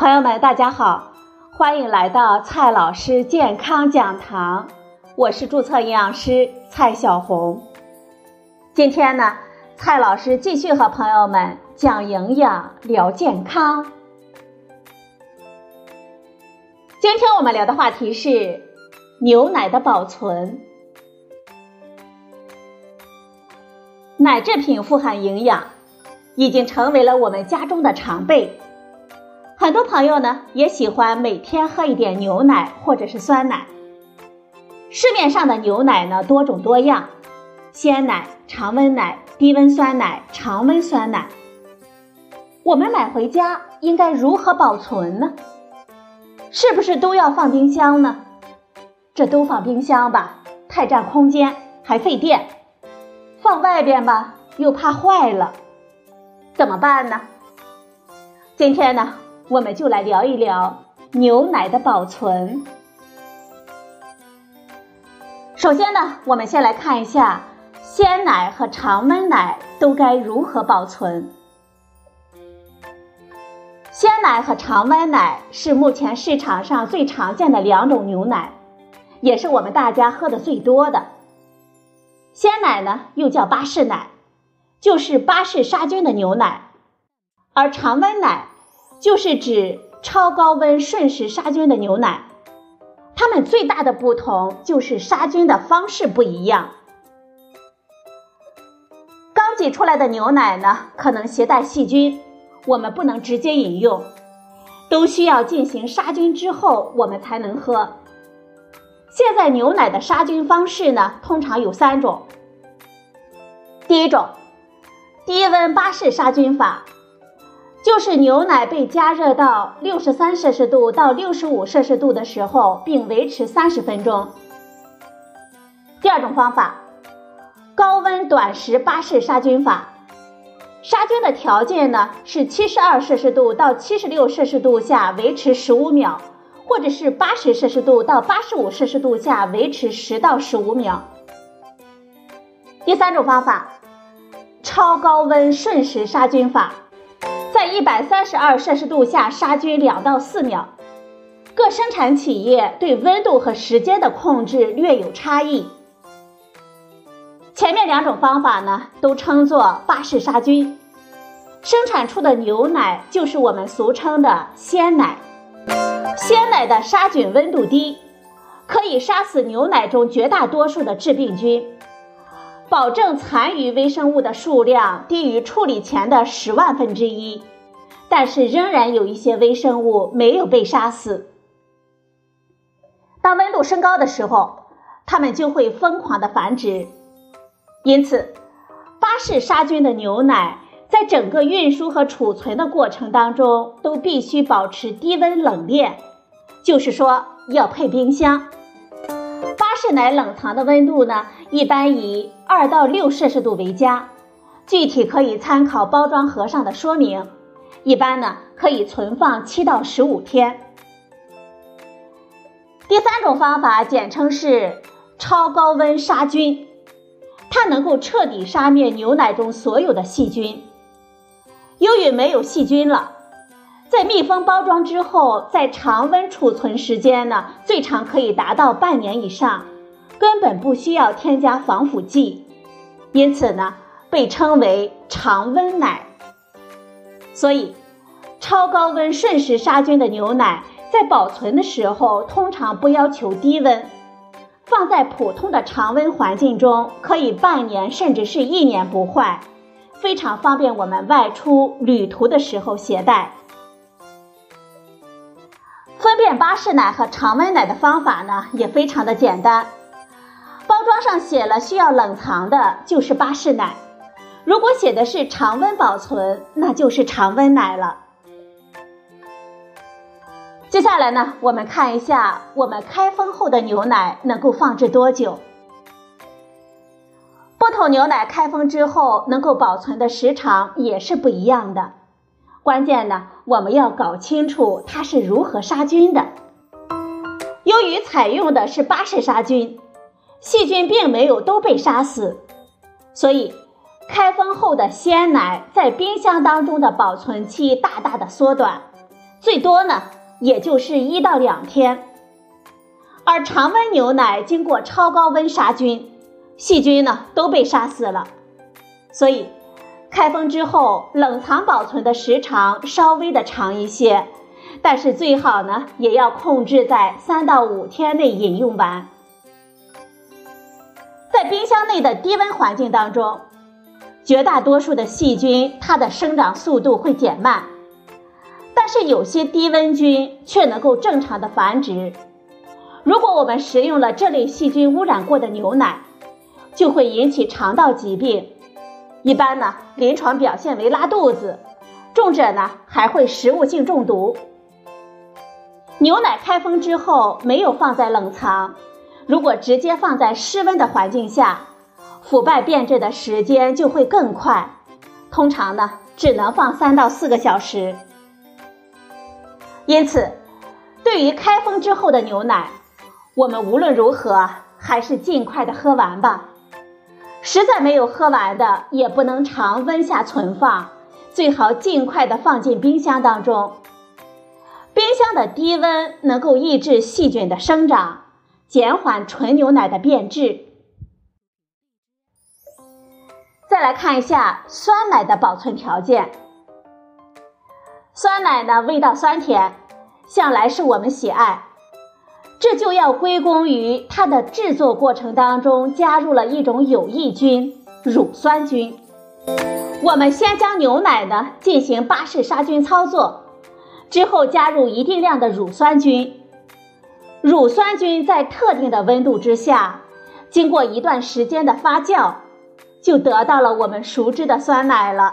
朋友们大家好，欢迎来到蔡老师健康讲堂，我是注册营养师蔡小红。今天呢，蔡老师继续和朋友们讲营养聊健康。今天我们聊的话题是牛奶的保存。奶制品富含营养，已经成为了我们家中的常备。很多朋友呢也喜欢每天喝一点牛奶或者是酸奶。市面上的牛奶呢多种多样，鲜奶、常温奶、低温酸奶、常温酸奶。我们买回家应该如何保存呢？是不是都要放冰箱呢？这都放冰箱吧，太占空间，还费电。放外边吧，又怕坏了。怎么办呢？今天呢，我们就来聊一聊牛奶的保存。首先呢，我们先来看一下鲜奶和常温奶都该如何保存。鲜奶和常温奶是目前市场上最常见的两种牛奶，也是我们大家喝的最多的。鲜奶呢又叫巴氏奶，就是巴氏杀菌的牛奶，而常温奶就是指超高温瞬时杀菌的牛奶，它们最大的不同就是杀菌的方式不一样。刚挤出来的牛奶呢，可能携带细菌，我们不能直接饮用，都需要进行杀菌之后我们才能喝。现在牛奶的杀菌方式呢，通常有3种。第一种，低温巴氏杀菌法，就是牛奶被加热到63摄氏度到65摄氏度的时候，并维持30分钟。第二种方法，高温短时巴氏杀菌法，杀菌的条件呢是72摄氏度到76摄氏度下维持15秒，或者是80摄氏度到85摄氏度下维持10到15秒。第三种方法，超高温瞬时杀菌法，在132摄氏度下杀菌2到4秒。各生产企业对温度和时间的控制略有差异。前面2种方法呢，都称作巴氏杀菌，生产出的牛奶就是我们俗称的鲜奶。鲜奶的杀菌温度低，可以杀死牛奶中绝大多数的致病菌，保证残余微生物的数量低于处理前的10万分之1，但是仍然有一些微生物没有被杀死。当温度升高的时候，它们就会疯狂地繁殖。因此，巴氏杀菌的牛奶在整个运输和储存的过程当中都必须保持低温冷链，就是说要配冰箱。巴氏奶冷藏的温度呢，一般以2到6摄氏度为佳，具体可以参考包装盒上的说明，一般呢可以存放7到15天。第三种方法简称是超高温杀菌，它能够彻底杀灭牛奶中所有的细菌。由于没有细菌了，在密封包装之后，在常温储存时间呢，最长可以达到半年以上，根本不需要添加防腐剂，因此呢，被称为常温奶。所以，超高温瞬时杀菌的牛奶在保存的时候，通常不要求低温，放在普通的常温环境中，可以半年甚至是1年不坏，非常方便我们外出旅途的时候携带。分辨巴氏奶和常温奶的方法呢，也非常的简单。包装上写了需要冷藏的，就是巴氏奶；如果写的是常温保存，那就是常温奶了。接下来呢，我们看一下我们开封后的牛奶能够放置多久。不同牛奶开封之后能够保存的时长也是不一样的。关键呢，我们要搞清楚它是如何杀菌的。由于采用的是巴氏杀菌，细菌并没有都被杀死，所以开封后的鲜奶在冰箱当中的保存期大大的缩短， 最多呢也就是1到2天。而常温牛奶经过超高温杀菌，细菌呢都被杀死了，所以开封之后冷藏保存的时长稍微的长一些，但是最好呢也要控制在3到5天内饮用完。在冰箱内的低温环境当中，绝大多数的细菌它的生长速度会减慢，但是有些低温菌却能够正常的繁殖。如果我们食用了这类细菌污染过的牛奶，就会引起肠道疾病，一般呢临床表现为拉肚子，重者呢还会食物性中毒。牛奶开封之后没有放在冷藏，如果直接放在室温的环境下，腐败变质的时间就会更快，通常呢只能放3到4个小时。因此，对于开封之后的牛奶，我们无论如何还是尽快的喝完吧。实在没有喝完的，也不能常温下存放，最好尽快的放进冰箱当中。冰箱的低温能够抑制细菌的生长，减缓纯牛奶的变质。再来看一下酸奶的保存条件。酸奶呢，味道酸甜，向来是我们喜爱，这就要归功于它的制作过程当中加入了一种有益菌——乳酸菌。我们先将牛奶呢进行巴氏杀菌操作，之后加入一定量的乳酸菌。乳酸菌在特定的温度之下，经过一段时间的发酵，就得到了我们熟知的酸奶了。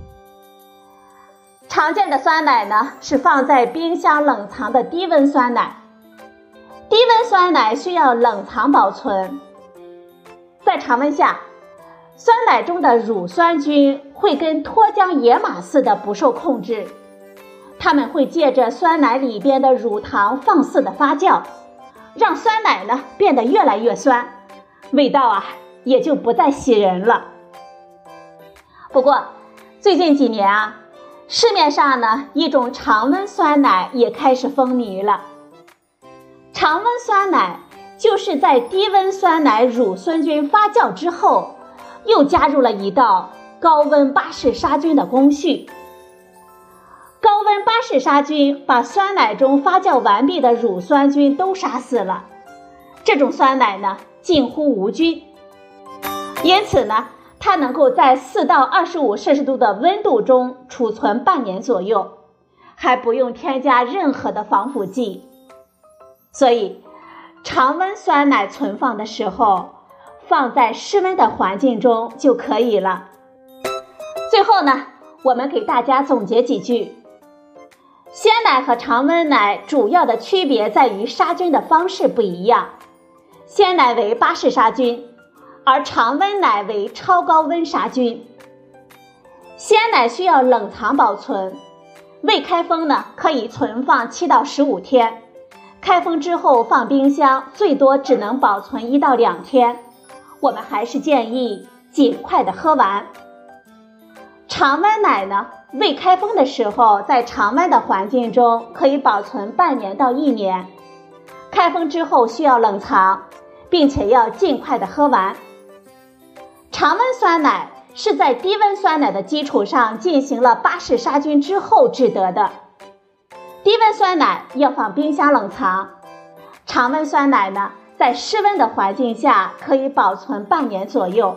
常见的酸奶呢，是放在冰箱冷藏的低温酸奶。低温酸奶需要冷藏保存。在常温下，酸奶中的乳酸菌会跟脱缰野马似的不受控制，它们会借着酸奶里边的乳糖放肆的发酵，让酸奶呢变得越来越酸，味道也就不再吸人了。不过最近几年市面上呢一种常温酸奶也开始风靡了。常温酸奶就是在低温酸奶乳酸菌发酵之后，又加入了一道高温巴氏杀菌的工序。高温巴氏杀菌把酸奶中发酵完毕的乳酸菌都杀死了，这种酸奶呢近乎无菌，因此呢它能够在4到25摄氏度的温度中储存半年左右，还不用添加任何的防腐剂。所以常温酸奶存放的时候，放在室温的环境中就可以了。最后呢，我们给大家总结几句。鲜奶和常温奶主要的区别在于杀菌的方式不一样，鲜奶为巴氏杀菌，而常温奶为超高温杀菌。鲜奶需要冷藏保存，未开封呢可以存放7到15天，开封之后放冰箱最多只能保存1到2天，我们还是建议尽快的喝完。常温奶呢，未开封的时候在常温的环境中可以保存半年到1年，开封之后需要冷藏，并且要尽快的喝完。常温酸奶是在低温酸奶的基础上进行了巴氏杀菌之后制得的，低温酸奶要放冰箱冷藏，常温酸奶呢，在室温的环境下可以保存半年左右。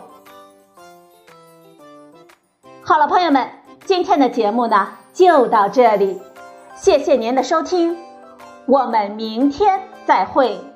好了，朋友们，今天的节目呢就到这里，谢谢您的收听，我们明天再会。